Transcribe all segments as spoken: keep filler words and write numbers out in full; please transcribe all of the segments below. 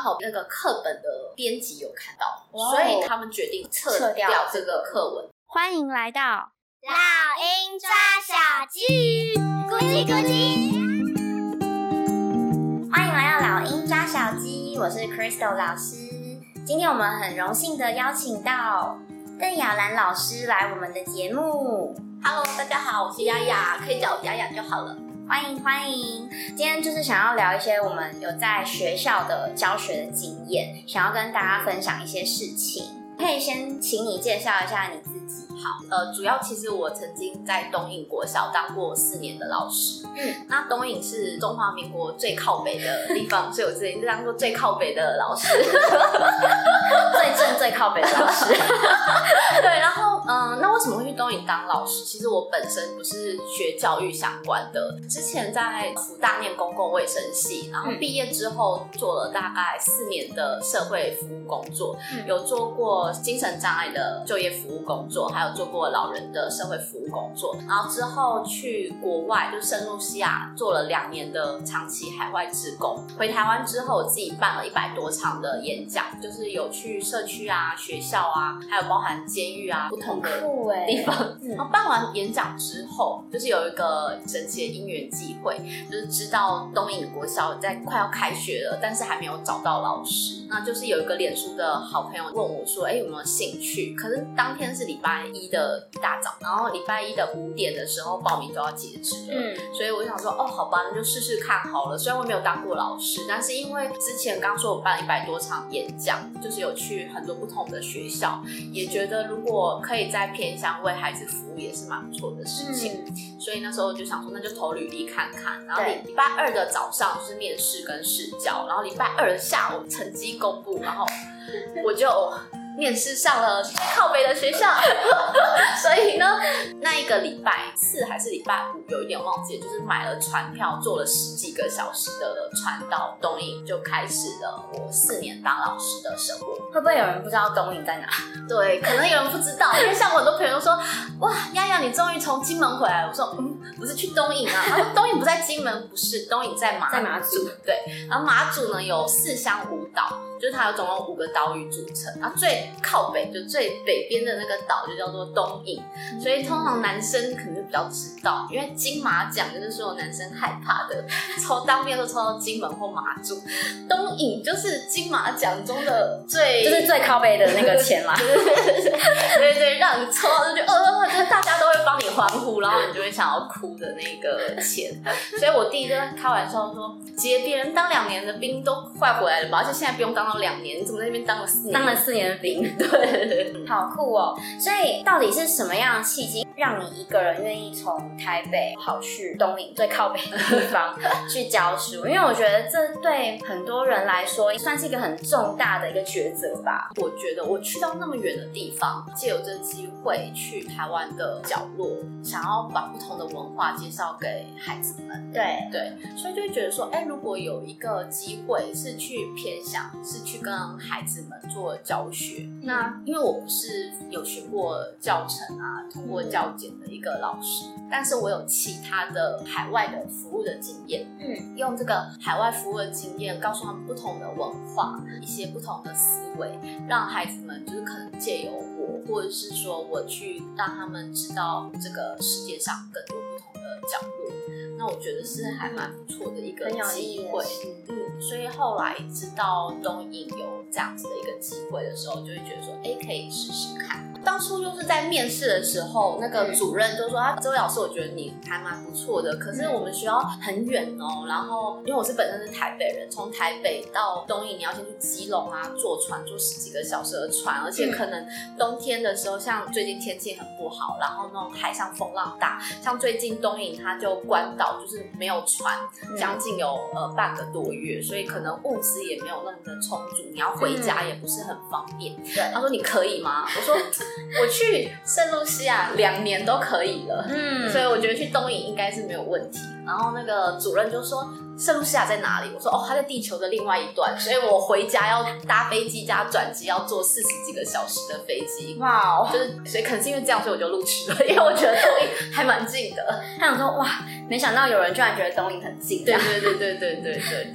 好那个课本的编辑有看到，所以他们决定撤掉这个课文。 欢迎来到老鹰抓小鸡，咕叽咕叽。欢迎来到老鹰抓小鸡，我是 Crystal 老师。今天我们很荣幸的邀请到邓雅兰老师来我们的节目。 Hello， 大家好，我是雅雅，可以叫我雅雅就好了。 欢迎欢迎，今天就是想要聊一些我们有在学校的教学的经验，想要跟大家分享一些事情。可以先请你介绍一下你自己。 好，呃，主要其实我曾经在东引国小当过四年的老师。嗯，那东引是中华民国最靠北的地方，所以我之前就当过最靠北的老师， 最正最靠北的老师。 对，然后嗯、呃，那为什么会去东引当老师？其实我本身不是学教育相关的，之前在福大念公共卫生系，然后毕业之后做了大概四年的社会服务工作，嗯、有做过精神障碍的就业服务工作，还有做过老人的社会服务工作，然后之后去国外，就圣露西亚做了两年的长期海外志工。回台湾之后，我自己办了一百多场的演讲，就是有去社区啊、学校啊，还有包含监狱啊不同的地方。然后办完演讲之后，就是有一个神奇的因缘际会，就是知道东引国小在快要开学了，但是还没有找到老师。那就是有一个脸书的好朋友问我说：“哎，有没有兴趣？”可是当天是礼拜一的一大早，然后礼拜一的五点的时候报名就要截止了。嗯，所以我就想说，哦，好吧，那就试试看好了。虽然我没有当过老师，但是因为之前刚说我办了一百多场演讲，就是有去很多不同的学校，也觉得如果可以在偏乡为孩子服务，也是蛮不错的事情。嗯，所以那时候就想说，那就投履历看看。然后礼拜二的早上就是面试跟试教，然后礼拜二的下午成绩公布，然后我就面试上了最靠北的学校。所以呢，那一个礼拜四还是礼拜五有一点忘记，就是买了船票，坐了十几个小时的船到东引，就开始了我四年当老师的生活。 会不会有人不知道东引在哪？ 对，可能有人不知道，因为像我很多朋友都说，哇，雅雅你终于从金门回来了。我说，嗯，不是去东引啊。他说东引不在金门，不是，东引在马在马祖。 对，然后马祖呢有四乡五岛，就是它有总共五个岛屿组成，然后最靠北就最北边的那个岛就叫做东引，所以通常男生可能就比较知道，因为金马奖就是所有男生害怕的，抽当面都抽到金门或马祖，东引就是金马奖中的最就是最靠北的那个钱啦。 对对对对对，让你抽到就觉得呃，就是大家都会帮你欢呼，然后你就会想要哭的那个钱。所以我弟就开玩笑说，姐，别人当两年的兵都快回来了吧，而且现在不用当到两年，你怎么在那边当了四年？ 当了四年的兵， 对对对， 好酷哦！所以到底是什么样的契机，让你一个人愿意从台北跑去东引最靠北的地方去教书？因为我觉得这对很多人来说算是一个很重大的一个抉择吧。 我觉得我去到那么远的地方，借由这个机会去台湾的角落，想要把不同的文化介绍给孩子们。 对对，所以就会觉得说，哎，如果有一个机会是去偏乡，是去跟孩子们做教学，嗯、那因为我不是有学过教程啊，通过教检的一个老师，但是我有其他的海外的服务的经验，嗯，用这个海外服务的经验，告诉他们不同的文化，一些不同的思维，让孩子们就是可能借由我，或者是说我去让他们知道这个世界上更多不同的角落。那我觉得是还蛮不错的一个机会，嗯，所以后来知道东引有这样子的一个机会的时候，就会觉得说，哎，可以试试看。当初就是在面试的时候，那个主任就说：“啊，这位老师，我觉得你还蛮不错的，可是我们学校很远哦。然后，因为我是本身是台北人，从台北到东引，你要先去基隆啊，坐船坐十几个小时的船，而且可能冬天的时候，像最近天气很不好，然后那种海上风浪大，像最近东引它就关岛，就是没有船，将近有呃半个多月，所以可能物资也没有那么的充足，你要回家也不是很方便。对，他说你可以吗？我说。我去圣露西亚两年都可以了，嗯，所以我觉得去东引应该是没有问题。然后那个主任就说圣露西亚在哪里？我说哦，他在地球的另外一端，所以我回家要搭飞机加转机，要坐四十几个小时的飞机。哇、wow ，就是所以可能是因为这样，所以我就录取了，因为我觉得东引还蛮近的。 他想说哇，没想到有人居然觉得东引很近。 对对对对对对对对。 因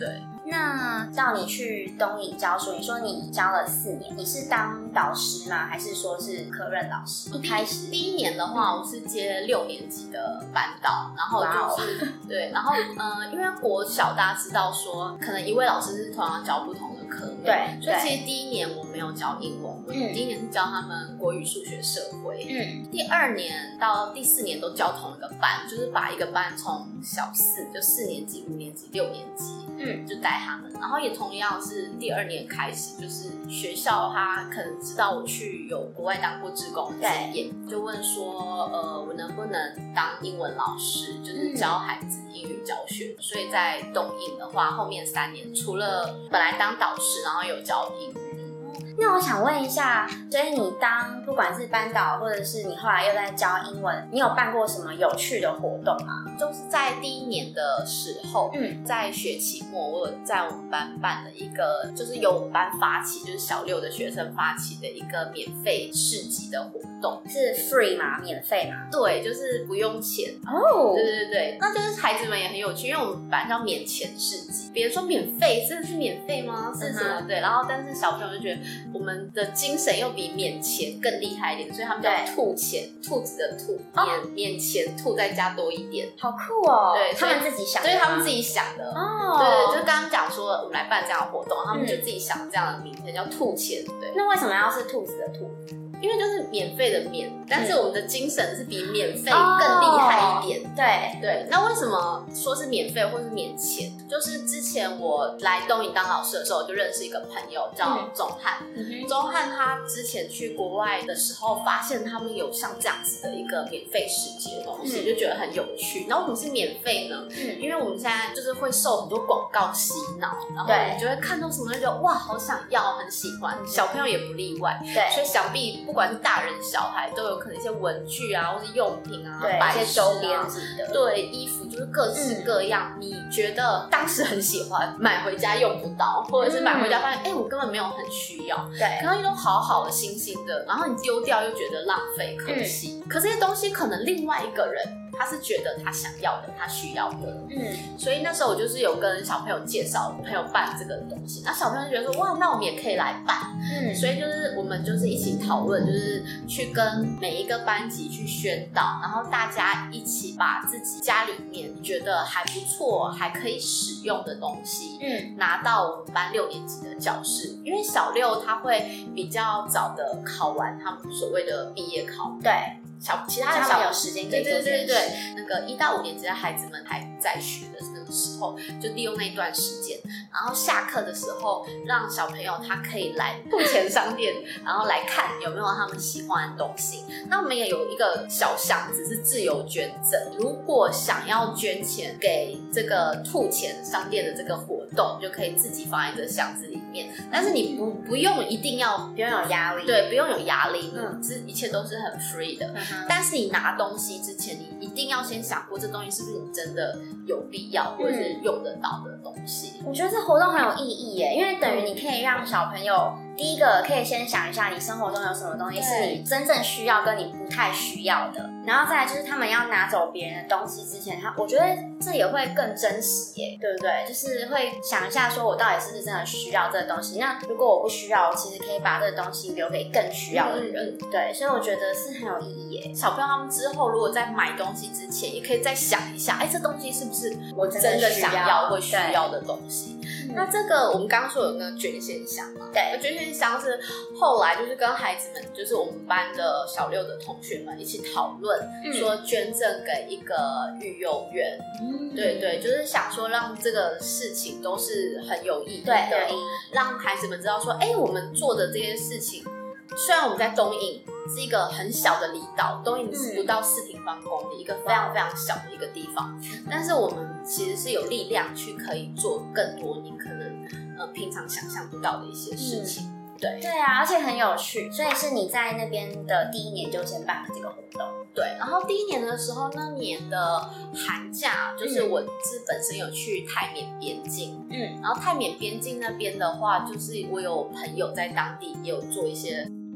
那到你去东引教书，你说你教了四年，你是当导师吗？还是说是科任老师？一开始第一年的话，我是接六年级的班导，然后就是、wow. 对，然后呃，因为国小大家知道说，可能一位老师是同样教不同的科目， 对， 所以其实第一年我没有教英文，我、嗯、第一年是教他们国语、数学、社会，嗯，第二年到第四年都教同一个班，就是把一个班从小四就四年级、五年级、六年级，嗯，就带他们，然后也同样是第二年开始，就是学校他可能知道我去有国外当过志工的经验，就问说，呃，我能不能当英文老师，就是教孩子英语教学。嗯、所以在东引的话，后面三年除了本来当导师，然后有教英语。 那我想问一下，所以你当不管是班导，或者是你后来又在教英文，你有办过什么有趣的活动吗？ 就是在第一年的时候，嗯，在学期末，我有在我们班办了一个，就是由我们班发起，就是小六的学生发起的一个免费市集的活动， 是 free 吗？免费吗？ 对，就是不用钱哦。 对对对，那就是孩子们也很有趣，因为我们班叫免钱市集，别人说免费，真的是免费吗？是什么？嗯、对，然后但是小朋友就觉得我们的精神又比免钱更厉害一点，所以他们叫兔钱，兔子的兔，免、哦、免钱兔再加多一点。 好酷哦！ 对， 他们自己想的， 对，他们自己想的。哦，对对，就刚刚讲说我们来办这样的活动，他们就自己想这样的名称叫兔钱。对， 那为什么要是兔子的兔？ 因为就是免费的免，但是我们的精神是比免费更厉害一点。 哦、对对，那为什么说是免费或是免钱？就是之前我来东引当老师的时候，我就认识一个朋友叫钟汉。嗯、钟汉他之前去国外的时候，发现他们有像这样子的一个免费市集的东西，嗯、就觉得很有趣。然后为什么是免费呢？嗯、因为我们现在就是会受很多广告洗脑，然后你就会看到什么就觉得哇，好想要，很喜欢。小朋友也不例外。对，所以想必不管是大人小孩都有可能一些文具啊，或是用品啊， 对， 摆一些周边什么的， 对，衣服就是各式各样。嗯、你觉得当时很喜欢，买回家用不到，或者是买回家发现，哎、嗯欸，我根本没有很需要，对，可能都好好的、新新的，然后你丢掉又觉得浪费、可惜。嗯、可这些东西可能另外一个人，他是觉得他想要的，他需要的，嗯，所以那时候我就是有跟小朋友介绍，朋友办这个东西，那小朋友就觉得说，哇，那我们也可以来办，嗯，所以就是我们就是一起讨论，就是去跟每一个班级去宣导，然后大家一起把自己家里面觉得还不错、还可以使用的东西，嗯，拿到我们班六年级的教室，因为小六他会比较早的考完他们所谓的毕业考， 对。 小其他的小有时间可以做这件事， 对对对对，那个一到五年级的孩子们还在学的那个时候，就利用那一段时间，然后下课的时候，让小朋友他可以来兔钱商店，然后来看有没有他们喜欢的东西。那我们也有一个小箱子是自由捐赠，如果想要捐钱给这个兔钱商店的这个活动，就可以自己放在这个箱子里面。但是你不不用一定要不用有压力， 对，不用有压力，嗯，这一切都是很 free 的。嗯、但是你拿东西之前，你一定要先想过这东西是不是你真的有必要或者是用得到的东西。 嗯、我觉得这活动很有意义耶，因为等于你可以让小朋友。第一个可以先想一下，你生活中有什么东西是你真正需要跟你不太需要的，然后再来就是他们要拿走别人的东西之前，他我觉得这也会更真实耶，对不对？就是会想一下，说我到底是不是真的需要这个东西？那如果我不需要，我其实可以把这个东西留给更需要的人。嗯、对，所以我觉得是很有意义耶。 小朋友他们之后如果在买东西之前，也可以再想一下，哎，这东西是不是我真的想要或需要的东西？那这个我们刚刚说有那个捐献箱嘛？对，捐献箱是后来就是跟孩子们，就是我们班的小六的同学们一起讨论，嗯、说捐赠给一个育幼院。嗯、对对，就是想说让这个事情都是很有意义的，对，让孩子们知道说，哎，我们做的这些事情，虽然我们在东引是一个很小的离岛，东引是不到四平方公里，嗯、一个非常非常小的一个地方，但是我们其实是有力量去可以做更多你可能呃平常想象不到的一些事情。嗯对对啊，而且很有趣，所以是你在那边的第一年就先办了这个活动。 对，然后第一年的时候，那年的寒假，就是我是本身有去泰缅边境，嗯，然后泰缅边境那边的话，就是我有朋友在当地也有做一些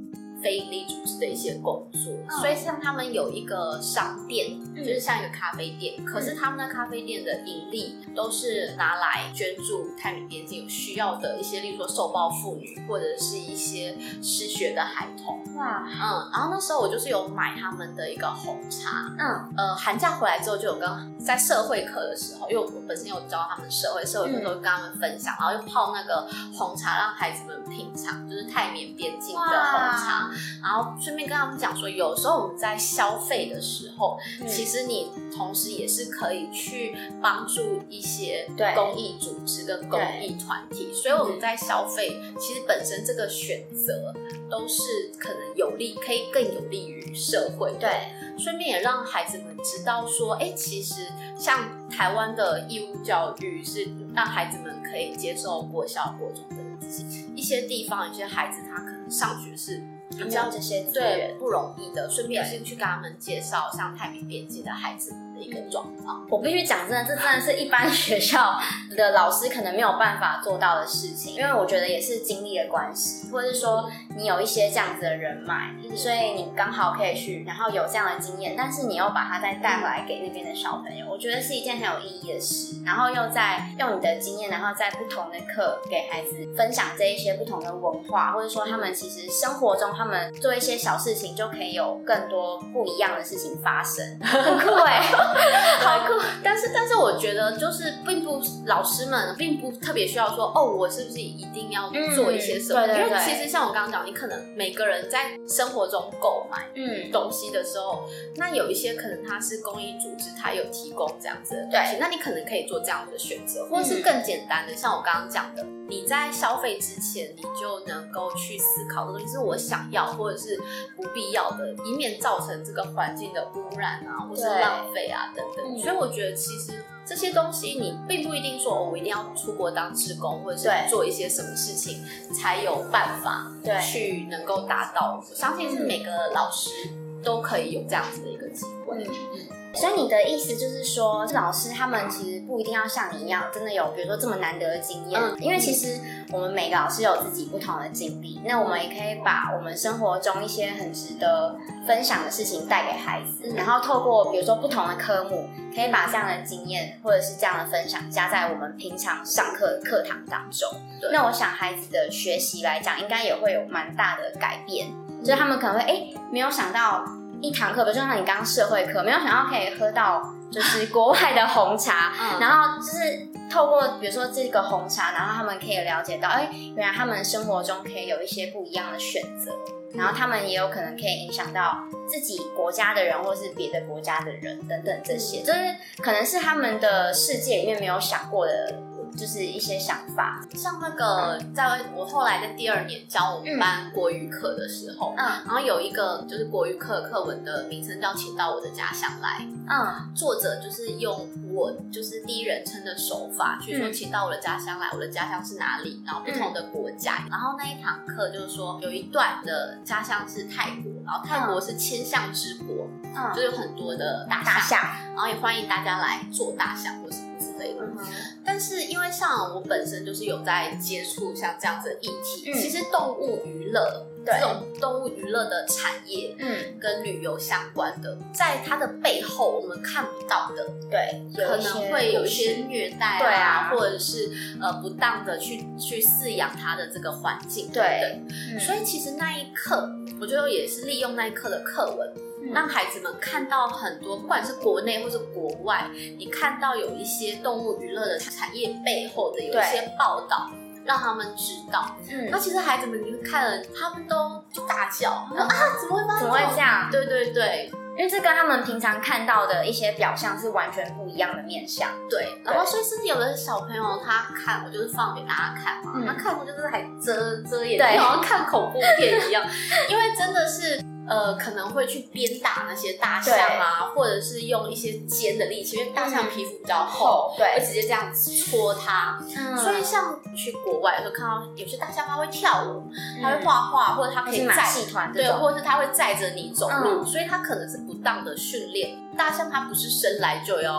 非营利组织的一些工作， 嗯、 所以像他们有一个商店， 嗯、 就是像一个咖啡店，嗯、可是他们的咖啡店的盈利都是拿来捐助泰缅边境有需要的一些，例如说受暴妇女或者是一些失学的孩童。 哇， 嗯，然后那时候我就是有买他们的一个红茶， 嗯， 呃，寒假回来之后就有跟在社会课的时候，因为我本身有教他们社会，社会课的时候跟他们分享，然后又泡那个红茶让孩子们品尝，就是泰缅边境的红茶，然后顺便跟他们讲说，有时候我们在消费的时候，嗯、其实你同时也是可以去帮助一些公益组织跟公益团体，所以我们在消费，其实本身这个选择都是可能有利，可以更有利于社会的。对，顺便也让孩子们知道说，哎，其实像台湾的义务教育是让孩子们可以接受国小、国中的这些一些地方，有些孩子他可能上学是比较这些资源不容易的，顺便也是去跟他们介绍像泰缅边境的孩子们的一个状况。 我必须讲，真的，这真的是一般学校的老师可能没有办法做到的事情，因为我觉得也是经历的关系，或者是说你有一些这样子的人脉，嗯、所以你刚好可以去，然后有这样的经验，但是你又把它再带回来给那边的小朋友，我觉得是一件很有意义的事。然后又在用你的经验，然后在不同的课给孩子分享这一些不同的文化，或者说他们其实生活中他们做一些小事情就可以有更多不一样的事情发生，很酷哎、欸，好酷！ 但是，但是我觉得就是并不老师们并不特别需要说哦，我是不是一定要做一些什么？嗯、对对对，因为其实像我刚刚讲，你可能每个人在生活中购买嗯东西的时候，那有一些可能它是公益组织，它有提供这样子的东西，那你可能可以做这样的选择，或者是更简单的，嗯、像我刚刚讲的，你在消费之前，你就能够去思考这东西是我想要或者是不必要的，以免造成这个环境的污染啊，或是浪费啊等等。嗯、所以我觉得其实这些东西你并不一定说、哦、我一定要出国当志工，或者是做一些什么事情才有办法去能够达到。我相信是每个老师都可以有这样子的一个机会。嗯嗯， 所以你的意思就是说，老师他们其实不一定要像你一样，真的有比如说这么难得的经验，嗯、因为其实我们每个老师有自己不同的经历，那我们也可以把我们生活中一些很值得分享的事情带给孩子，嗯、然后透过比如说不同的科目，可以把这样的经验或者是这样的分享加在我们平常上课课堂当中。那我想孩子的学习来讲，应该也会有蛮大的改变，嗯、就是他们可能会哎没有想到。一堂课，比如说像你刚刚社会课，没有想到可以喝到就是国外的红茶，嗯、然后就是透过比如说这个红茶，然后他们可以了解到，哎，原来他们生活中可以有一些不一样的选择，然后他们也有可能可以影响到自己国家的人，或是别的国家的人等等这些，就是可能是他们的世界里面没有想过的。就是一些想法， 像那个，在我后来在第二年教我们班国语课的时候，嗯，然后有一个就是国语课课文的名称叫《请到我的家乡来》，嗯，作者就是用我就是第一人称的手法去说，请到我的家乡来，我的家乡是哪里，然后不同的国家，嗯、然后那一堂课就是说有一段的家乡是泰国，然后泰国是千象之国，嗯，就有很多的大象，大象然后也欢迎大家来做大象或什么之类的。嗯但是因为像我本身就是有在接触像这样子的议题，嗯、其实动物娱乐这种动物娱乐的产业，嗯，跟旅游相关的，在它的背后我们看不到的， 对， 可能会有一些虐待啊，对啊或者是呃不当的去去饲养它的这个环境等等，对，嗯、所以其实那一刻，我觉得也是利用那一刻的课文。让孩子们看到很多，不管是国内或是国外，你看到有一些动物娱乐的产业背后的有一些报道，让他们知道。嗯，那其实孩子们就看了，他们都就大叫，嗯、啊，怎么会发生？ 怎么会这样？ 对对对。 因为这跟他们平常看到的一些表象是完全不一样的面向。 对，然后所以甚至有的小朋友他看，我就是放给大家看嘛，嗯、他看我就是还遮遮眼睛，好像看恐怖片一样，因为真的是。呃，可能会去鞭打那些大象啊，或者是用一些尖的利器，因为大象皮肤比较厚，嗯、对，会直接这样子戳它。嗯、所以像去国外的时候看到有些大象，它会跳舞，它、嗯、会画画，或者它可以载马戏团， 对，或者是它会载着你走路，嗯、所以它可能是不当的训练。大象它不是生来就要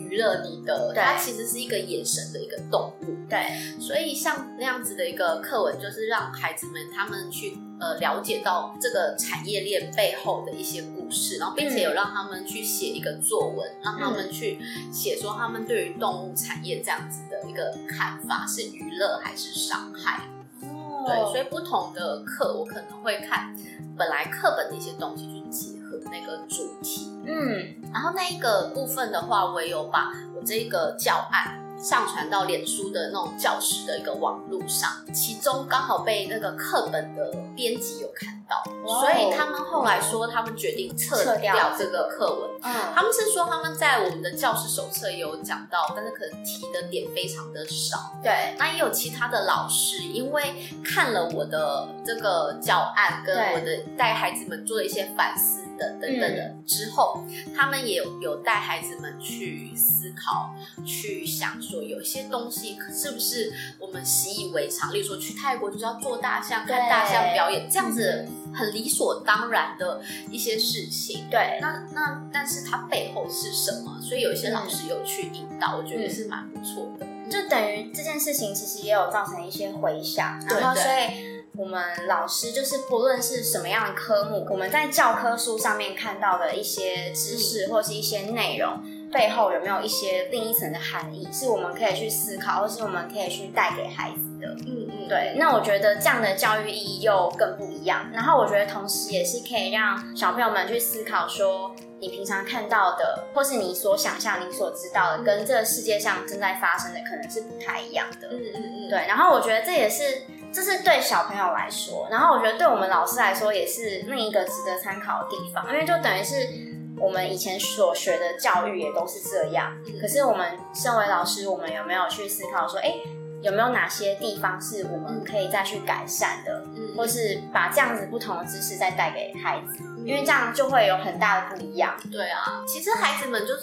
娱乐你的，它其实是一个眼神的一个动物。 对， 所以像那样子的一个课文，就是让孩子们他们去呃了解到这个产业链背后的一些故事，然后并且有让他们去写一个作文，嗯、让他们去写说他们对于动物产业这样子的一个看法是娱乐还是伤害。哦，对，所以不同的课我可能会看本来课本的一些东西去结合那个主题。嗯，然后那一个部分的话，我也有把我这个教案上传到脸书的那种教师的一个网路上，其中刚好被那个课本的编辑有看到，所以他们后来说他们决定撤掉这个课文。嗯，他们是说他们在我们的教师手册也有讲到，但是可能提的点非常的少。 对， 那也有其他的老师因为看了我的这个教案跟我的带孩子们做了一些反思等等等的之后，他们也有有带孩子们去思考，去想说有一些东西是不是我们习以为常，例如说去泰国就是要做大象看大象表演这样子很理所当然的一些事情。 对， 那那但是它背后是什么？所以有一些老师有去引导，我觉得是蛮不错的。 就等于这件事情其实也有造成一些回响，然后所以我们老师就是不论是什么样的科目，我们在教科书上面看到的一些知识或是一些内容背后有没有一些另一层的含义，是我们可以去思考，或是我们可以去带给孩子的。嗯嗯，对。那我觉得这样的教育意义又更不一样。然后我觉得同时也是可以让小朋友们去思考说，你平常看到的，或是你所想象、你所知道的，跟这个世界上正在发生的可能是不太一样的。嗯嗯嗯，对。然后我觉得这也是。这是对小朋友来说，然后我觉得对我们老师来说也是另一个值得参考的地方，因为就等于是我们以前所学的教育也都是这样，可是我们身为老师，我们有没有去思考说，哎，有没有哪些地方是我们可以再去改善的，嗯、或是把这样子不同的知识再带给孩子，因为这样就会有很大的不一样。 对啊，其实孩子们就是，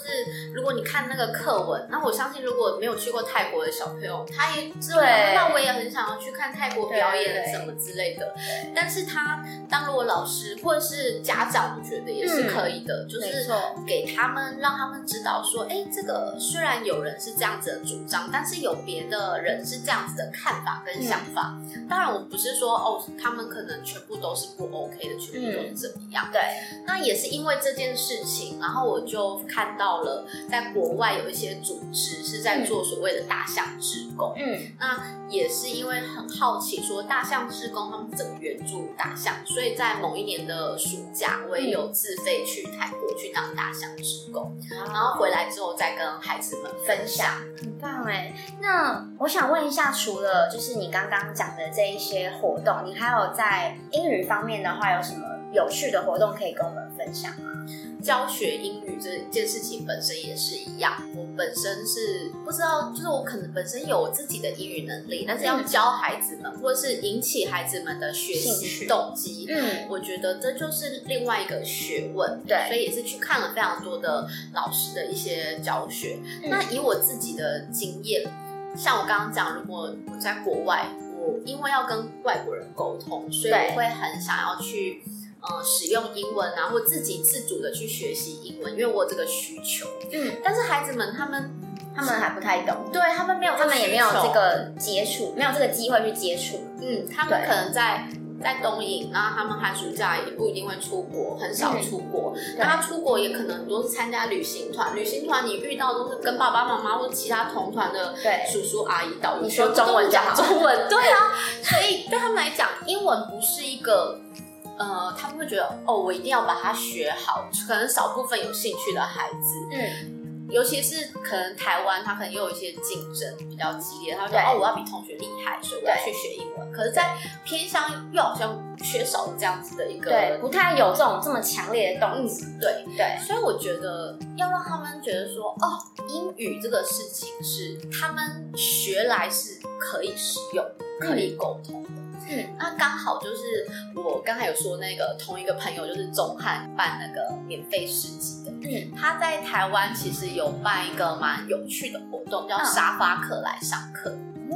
如果你看那个课文，那我相信如果没有去过泰国的小朋友，他也对，那我也很想要去看泰国表演什么之类的。但是他当如果老师或者是家长，我觉得也是可以的，嗯、就是给他们让他们知道说，哎，这个虽然有人是这样子的主张，但是有别的人是这样子的看法跟想法。嗯、当然，我不是说哦，他们可能全部都是不 OK 的，全部都是怎么样。 对， 那也是因为这件事情，然后我就看到了，在国外有一些组织是在做所谓的大象志工。嗯，那也是因为很好奇，说大象志工他们怎么援助大象，所以在某一年的暑假，我也有自费去泰国去当大象志工，嗯、然后回来之后再跟孩子们分享。 很棒哎！那我想问一下，除了就是你刚刚讲的这一些活动，你还有在英语方面的话，有什么有趣的活动可以跟我们分享吗？ 教学英语这件事情本身也是一样，我本身是不知道，就是我可能本身有我自己的英语能力，但是要教孩子们，或者是引起孩子们的学习动机，嗯，我觉得这就是另外一个学问。 对， 所以也是去看了非常多的老师的一些教学。嗯、那以我自己的经验，像我刚刚讲，如果我在国外，我因为要跟外国人沟通，所以我会很想要去。呃，使用英文啊，或自己自主的去学习英文，因为我有这个需求。嗯，但是孩子们他们他们还不太懂， 对他们没有这个需求， 他们也没有这个接触，没有这个机会去接触。 嗯，他们可能在在东营，然后他们寒暑假也不一定会出国，很少出国。嗯、那他出国也可能很多是参加旅行团，旅行团你遇到都是跟爸爸妈妈或其他同团的叔叔阿姨导游， 你说中文讲中文，对啊，所以对他们来讲，英文不是一个。呃，他们会觉得哦，我一定要把它学好。可能少部分有兴趣的孩子，嗯，尤其是可能台湾，他可能又有一些竞争比较激烈，他会说哦，我要比同学厉害，所以我要去学英文。可是，在偏乡又好像缺少了这样子的一个， 对，不太有这种这么强烈的动机。 嗯、对对，所以我觉得要让他们觉得说，哦，英语这个事情是他们学来是可以使用、可以沟通的。嗯，那刚好就是我刚才有说那个同一个朋友，就是中汉办那个免费市集的。嗯，他在台湾其实有办一个蛮有趣的活动，叫沙发课来上课。哦，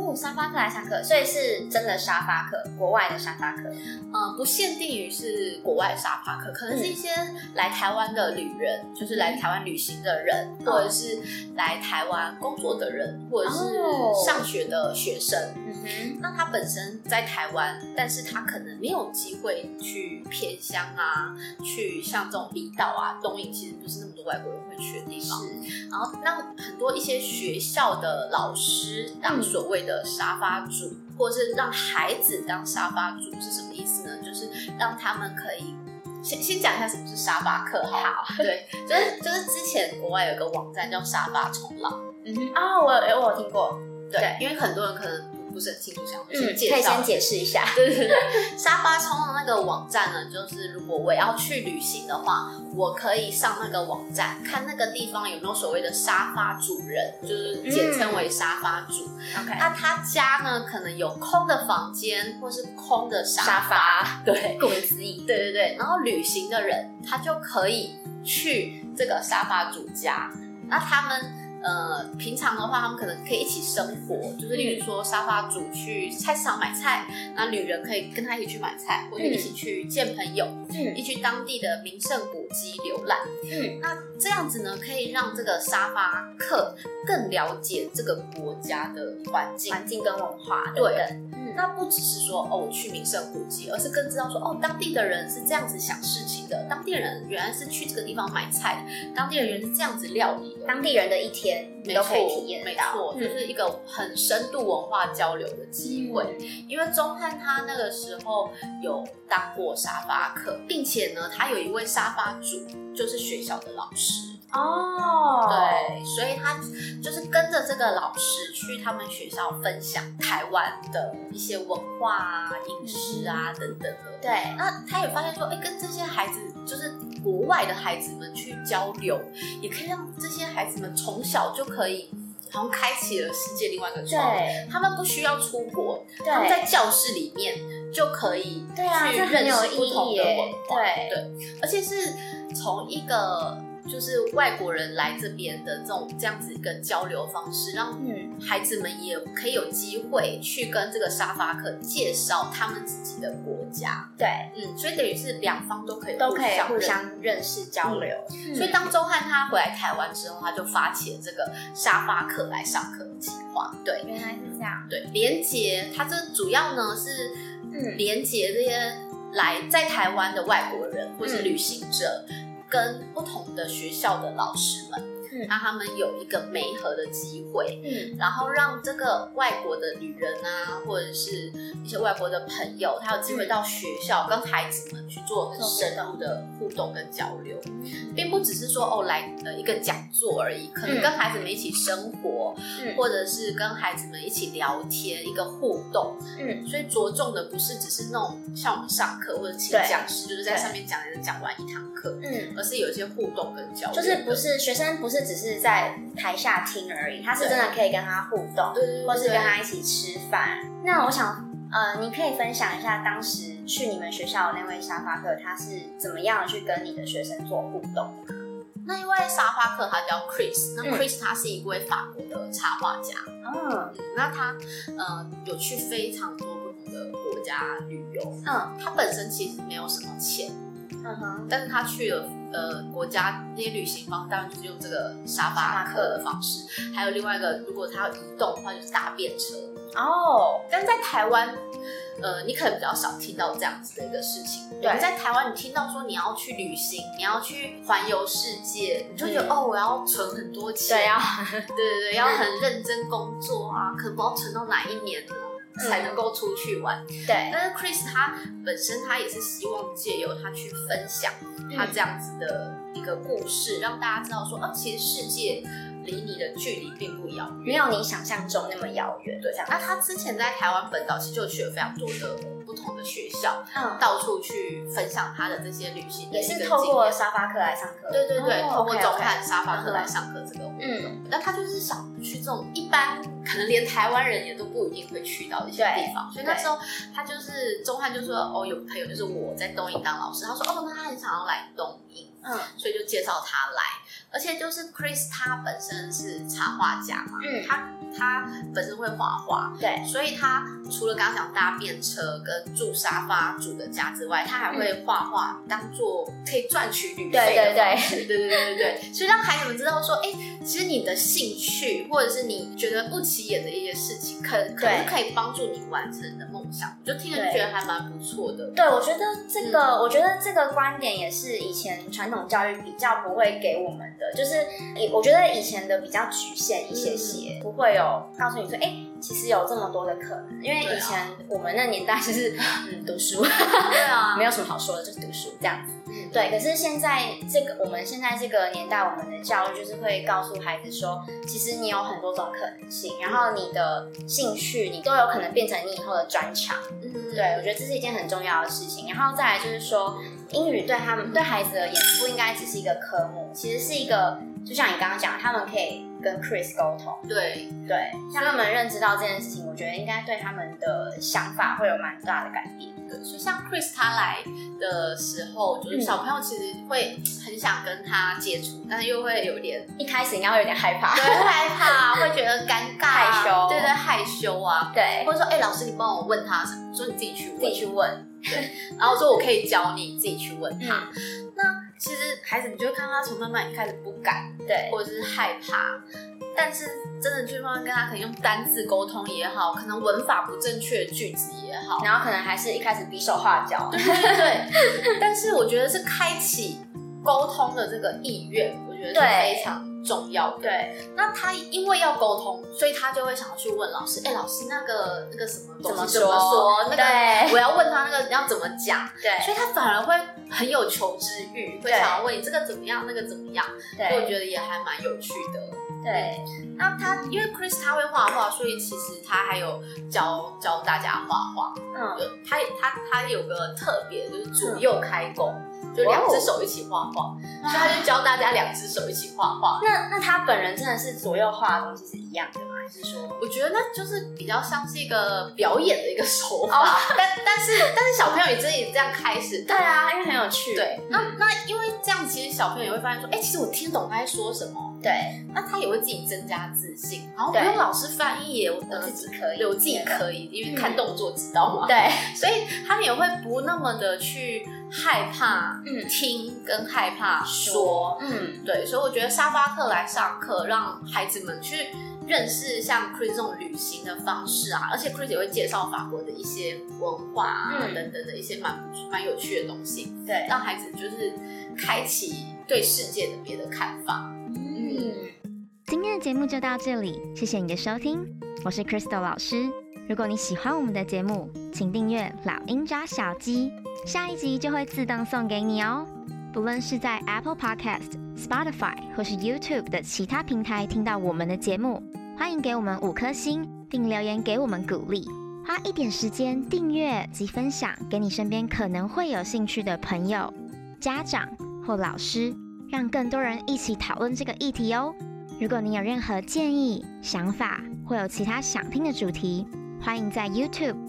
哦，沙发客来上课，所以是真的沙发客，国外的沙发客。 嗯，不限定于是国外沙发客，可能是一些来台湾的旅人，嗯、就是来台湾旅行的人，嗯、或者是来台湾工作的人，或者是上学的学生。嗯哼，那他本身在台湾，但是他可能没有机会去偏乡啊，去像这种离岛啊，东引其实不是那么多外国人会去的地方。是，然后让很多一些学校的老师当所谓的沙发主。嗯，或者是让孩子当沙发主是什么意思呢？就是让他们可以先先讲一下什么是沙发客好。好，对，就是就是之前国外有一个网站叫沙发冲浪。 嗯哼，啊、哦，我有我有听过。 对，对，因为很多人可能不是很清楚，想先介绍、嗯， 可以先解释一下。 对对对，沙发冲浪那个网站呢，就是如果我要去旅行的话，我可以上那个网站看那个地方有没有所谓的沙发主人，就是简称为沙发主。嗯、OK， 那他家呢可能有空的房间或是空的沙发，沙发对， 顾名思义， 对对对。然后旅行的人他就可以去这个沙发主家，那他们。呃，平常的话，他们可能可以一起生活，就是例如说沙发主去菜市场买菜，那旅人可以跟他一起去买菜，或者一起去见朋友，嗯，一起去当地的名胜古迹浏览，嗯，那这样子呢，可以让这个沙发客更了解这个国家的环境、 环境跟文化， 对，嗯，那不只是说哦，我去名胜古迹，而是更知道说哦，当地的人是这样子想事情的，当地人原来是去这个地方买菜，当地人原来是这样子料理的， 当地人的一天。你都可以体验到， 没错，就是一个很深度文化交流的机会。嗯、因为钟汉他那个时候有当过沙发客，并且呢，他有一位沙发主就是学校的老师。 哦， 对，所以他就是跟着这个老师去他们学校分享台湾的一些文化啊、饮食啊、嗯、等等的。 对， 那他也发现说，哎，跟这些孩子，就是国外的孩子们去交流，也可以让这些孩子们从小就可以。好像开启了世界另外一个窗，他们不需要出国，他们在教室里面就可以去认识不同的文化， 对对，而且是从一个就是外国人来这边的这种这样子一个交流方式，让孩子们也可以有机会去跟这个沙发客介绍他们自己的国家， 对， 嗯，所以等于是两方都可以都可以互相认识交流。 嗯、所以当钟汉他回来台湾之后，他就发起了这个沙发客来上课的计划。对， 原来是这样。 对，连结他这主要呢是嗯连结这些来在台湾的外国人或是旅行者。嗯跟不同的学校的老师们，嗯、让他们有一个媒合的机会，嗯，然后让这个外国的旅人啊，或者是一些外国的朋友，他有机会到学校跟孩子们去做很深入的互动跟交流，嗯、并不只是说哦来呃一个讲座而已，可能跟孩子们一起生活，嗯、或者是跟孩子们一起聊天，一个互动，嗯，所以着重的不是只是那种像我们上课或者请讲师，就是在上面讲人讲完一堂课，嗯。而是有一些互动跟交流， 就是不是学生不是只是在台下听而已，他是真的可以跟他互动，或是跟他一起吃饭。那我想，呃，你可以分享一下当时去你们学校的那位沙发客，他是怎么样去跟你的学生做互动的？ 那一位沙发客他叫 Chris， 那 Chris 他是一位法国的插画家，嗯，嗯那他呃有去非常多不同的国家旅游，嗯，他本身其实没有什么钱。嗯哼，但是他去了呃国家那些旅行方，当然就是用这个沙发客的方式。还有另外一个，如果他要移动的话，就是搭便车哦。但是在台湾，呃，你可能比较少听到这样子的一个事情。对，在台湾你听到说你要去旅行，你要去环游世界，你就觉得、嗯、哦，我要存很多钱， 对，要对对对，要很认真工作啊，可能不知道存到哪一年呢。才能够出去玩，嗯、对。但是 Chris 他本身他也是希望借由他去分享他这样子的一个故事，嗯、让大家知道说，啊，其实世界离你的距离并不遥远， 没有你想象中那么遥远。 对，那他之前在台湾本岛其实就去了非常多的不同的学校， 嗯， 到处去分享他的这些旅行的也是透过沙发课来上课。 对对对， 哦、 透过中汉沙发课来上课这个活动。 嗯， 但他就是想去这种一般可能连台湾人也都不一定会去到的一些地方，所以那时候他就是中汉就说哦，有朋友就是我在东营当老师，他说哦，那他很想要来东营，嗯，所以就介绍他来。而且就是 Chris 他本身是插画家嘛，嗯，他他本身会画画， 对， 所以他除了刚刚讲搭便车跟住沙发住的家之外，他还会画画，当做可以赚取旅费的方式，对对对对对对，所以让孩子们知道说，哎，其实你的兴趣或者是你觉得不起眼的一些事情，可可能是可以帮助你完成你的梦想。我就听了就觉得还蛮不错的。 对，我觉得这个，嗯、我觉得这个观点也是以前传统教育比较不会给我们的，就是我觉得以前的比较局限一些些，嗯、不会有告诉你说，哎，其实有这么多的可能。因为以前我们那年代就是嗯读书， 对啊， 没有什么好说的，就是读书这样子。对，可是现在这个我们现在这个年代，我们的教育就是会告诉孩子说，其实你有很多种可能性，然后你的兴趣你都有可能变成你以后的专长。嗯，对，我觉得这是一件很重要的事情。然后再来就是说，英语对他们对孩子而言不应该只是一个科目，其实是一个，就像你刚刚讲，他们可以跟 Chris 沟通。 对对，让他们认知到这件事情，我觉得应该对他们的想法会有蛮大的改变。 就像 Chris 他来的时候，就是小朋友其实会很想跟他接触，嗯、但是又会有点一开始应该会有点害怕， 对，害怕，会觉得尴尬、 害羞， 对对，害羞啊， 对， 或者说，哎、欸，老师，你帮我问他什么？说你自己去问， 自己去问， 对，然后说我可以教你，自己去问他。嗯、那其实孩子，你就会看他从慢慢一开始不敢， 对， 或者是害怕。但是真的去慢慢跟他可能用单字沟通也好，可能文法不正确的句子也好， 然后可能还是一开始比手画脚， 对对对。但是我觉得是开启沟通的这个意愿，我觉得是非常重要的。 对， 那他因为要沟通，所以他就会想要去问老师，哎、欸，老师那个那个什么东西怎么说？那个我要问他那个要怎么讲？对，所以他反而会很有求知欲，会想要问你这个怎么样，那个怎么样？对，所以我觉得也还蛮有趣的。 对， 那他因为 Chris 他会画画，所以其实他还有教教大家画画。嗯，他他他有个特别就是左右开弓，嗯、就两只手一起画画，所以他就教大家两只手一起画画。 那那他本人真的是左右画的东西是一样的吗？还是说？ 我觉得那就是比较像是一个表演的一个手法，哦、但但是但是小朋友也真的也这样开始。 对啊，因为很有趣。 对，那、嗯、那因为这样，其实小朋友也会发现说，哎、欸，其实我听懂他在说什么。 对， 那他也会自己增加自信，然后不用老师翻译耶，我自己可以， 我自己可以，因为看动作知道嘛。 对， 所以他们也会不那么的去害怕听跟害怕说。嗯，对，所以我觉得沙发课来上课，让孩子们去认识像 Chris 这种旅行的方式啊，而且 Chris 也会介绍法国的一些文化啊、嗯、等等的一些蛮蛮有趣的东西， 对， 让孩子就是开启对世界的别的看法。 今天的节目就到这里，谢谢你的收听，我是 Crystal 老师。如果你喜欢我们的节目，请订阅老鹰抓小鸡，下一集就会自动送给你哦。不论是在 Apple Podcast、Spotify 或是 YouTube 的其他平台听到我们的节目，欢迎给我们五颗星，并留言给我们鼓励。花一点时间订阅及分享给你身边可能会有兴趣的朋友、家长或老师，让更多人一起讨论这个议题哦。如果你有任何建议、想法，或有其他想听的主题，欢迎在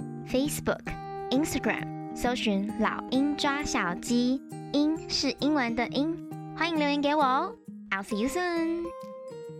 YouTube、Facebook、Instagram 搜寻老鹰抓小鸡，鹰是英文的鹰，欢迎留言给我哦。I'll see you soon.